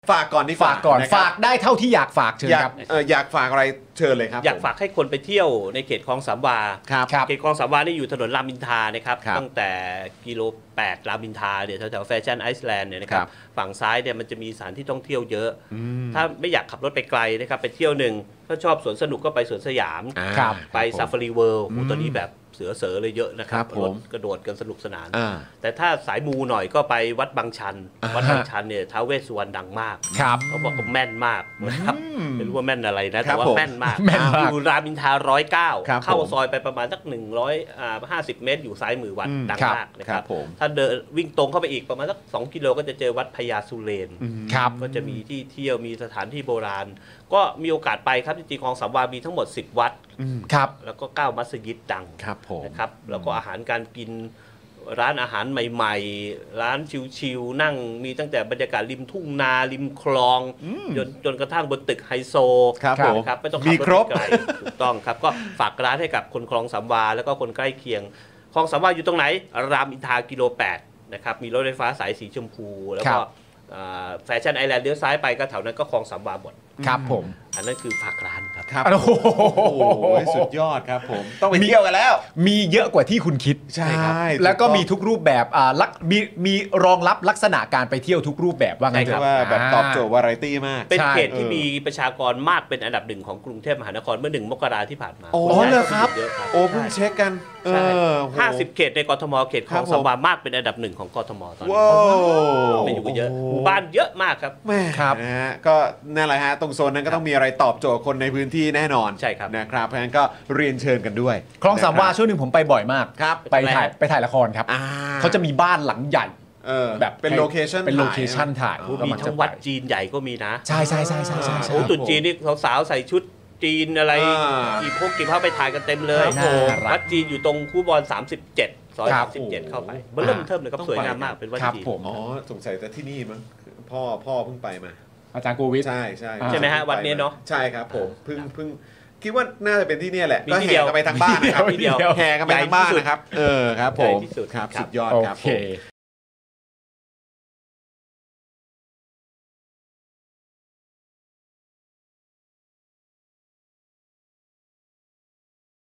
ฝากก่อนดีกว่าฝากก่อนนะครับฝากได้เท่าที่อยากฝากเชิญอยากครับอยากฝากอะไรเชิญเลยครับอยากฝากให้คนไปเที่ยวในเขตคลองสามวาครับครับเขตคลองสามวานี่อยู่ถนนรามอินทรานะครับครับตั้งแต่กิโล8รามอินทราเนี่ยแถวๆแฟชั่นไอซ์แลนด์เนี่ยนะครับครับฝั่งซ้ายเนี่ยมันจะมีสถานที่ท่องเที่ยวเยอะ ถ้าไม่อยากขับรถไปไกลนะครับไปเที่ยวหนึ่งถ้าชอบสวนสนุกก็ไปสวนสยามครับไปซาฟารีเวิลด์ตอนนี้แบบเสือเสอเลยเยอะนะครัครับ บผมรถกระโดดกันสนุกสนานอ่าแต่ถ้าสายมูหน่อยก็ไปวัดบางชัน วัดบางชันเนี่ยท้าวเวสสุวรรณดังมากครับเขาบอกว่าแม่นมากนะครับไม่รู้ว่าแม่นอะไรนะครัแต่บว่าผมแม่นมากแม่นมากอยู่รามอินทรา109 ครับเข้าผมซอยไปประมาณสัก150 เมตรอยู่ซ้ายมือวัดดังครับมากนะคครัรับบ ผมถ้าเดินวิ่งตรงเข้าไปอีกประมาณสัก2 กิโลก็จะเจอวัดพญาสุเรนครับก็จะมีที่เที่ยวมีสถานที่โบราณ ก็มีโอกาสไปครับจริงๆคลองสามวามีทั้งหมด10 วัดครับแล้วก็9 มัสยิดดังครับผมนะครับแล้วก็อาหารการกินร้านอาหารใหม่ๆ ร้านชิวๆนั่งมีตั้งแต่บรรยากาศริมทุ่งนาริมคลองจนกระทั่งบนตึกไฮโซครับผมนะครับไม่ต้องมีขับครรบถไปไกลถูกต้องครับก็ฝากร้านให้กับคนคลองสามวาแล้วก็คนใกล้เคียงคลองสามวาอยู่ตรงไหนรามอินทรากิโล8นะครับมีรถไฟฟ้าสายสีชมพูแล้วก็ครับแฟชั่นไอแลนด์เลี้ยวซ้ายไปก็แถวนั้นก็คลองสามวาหมดครับผมอันนั้นคือฝากร้านครับครับโอ้โหโอ้ยสุดยอดครับผมต้องไปเที่ยวกันแล้วมีเยอะกว่าที่คุณคิดใช่แล้วก็มีทุกรูปแบบมีรองรับลักษณะการไปเที่ยวทุกรูปแบบว่างั้นใช่เถครัอะบว่าแบบตอบโจทย์วาไรตี้มากเป็นใช่เขตที่มีประชากรมากเป็นอันดับหนึ่งของกรุงเทพมหานครเมื่อ1 มกราที่ผ่านมาโอ้ผู้ชายเหรอครับก็เยอะครับโอ้เพิ่งเช็คกันใช่โอ้โ 50 เขตในกทมเขตคลองครับผมสามวามากเป็นอันดับหนึ่งของกทมตอนนี้ว้าวไปอยู่กันเยอะหมู่บ้านเยอะมากครับแม่ครับนะฮะก็นั่นแหละฮะตรงโซนนั้นก็ต้องมีอะไรตอบโจทย์คนในพื้นที่แน่นอนใช่ครับนะครับเพราะฉะนั้นก็เรียนเชิญกันด้วยคลองสามวานะครับช่วงหนึ่งผมไปบ่อยมากครับไปถ่ายละครครับอ่าเขาจะมีบ้านหลังใหญ่แบบ เป็นโลเคชั่นเป็นโลเคชั่นถ่ายโอ้ก็มีมันทั้จะงไปวัดจีนใหญ่ก็มีนะใช่ใช่ใช่ใช่ใช่โอ้ตรุษจีนนี่สาวๆใส่ชุดจีนอะไรอ่ากี่ผ้าไปถ่ายกันเต็มเลยครับผมวัดจีนอยู่ตรงคูบอล37ซอยครับ 37เข้าไปเริ่มเทิมเลยครับต้องสวยไปงามมากเป็นวัดครับจีนผมอ๋อสงสัยแต่ที่นี่มั้งพ่อเพิ่งไปมาอาจารย์โกวิทใช่ใช่ใช่ไหมฮะวัดนี้เนอะใช่ครับผมเพิ่งคิดว่าน่าจะเป็นที่เนี่ยแหละมีก็ที่แห่เดียวกันไปทางบ้านนะครับที่เดียวแห่กันไปทางบ้านนะครับครับผมใหญ่ที่สุดครับครับสุดยอดโอครับเคผม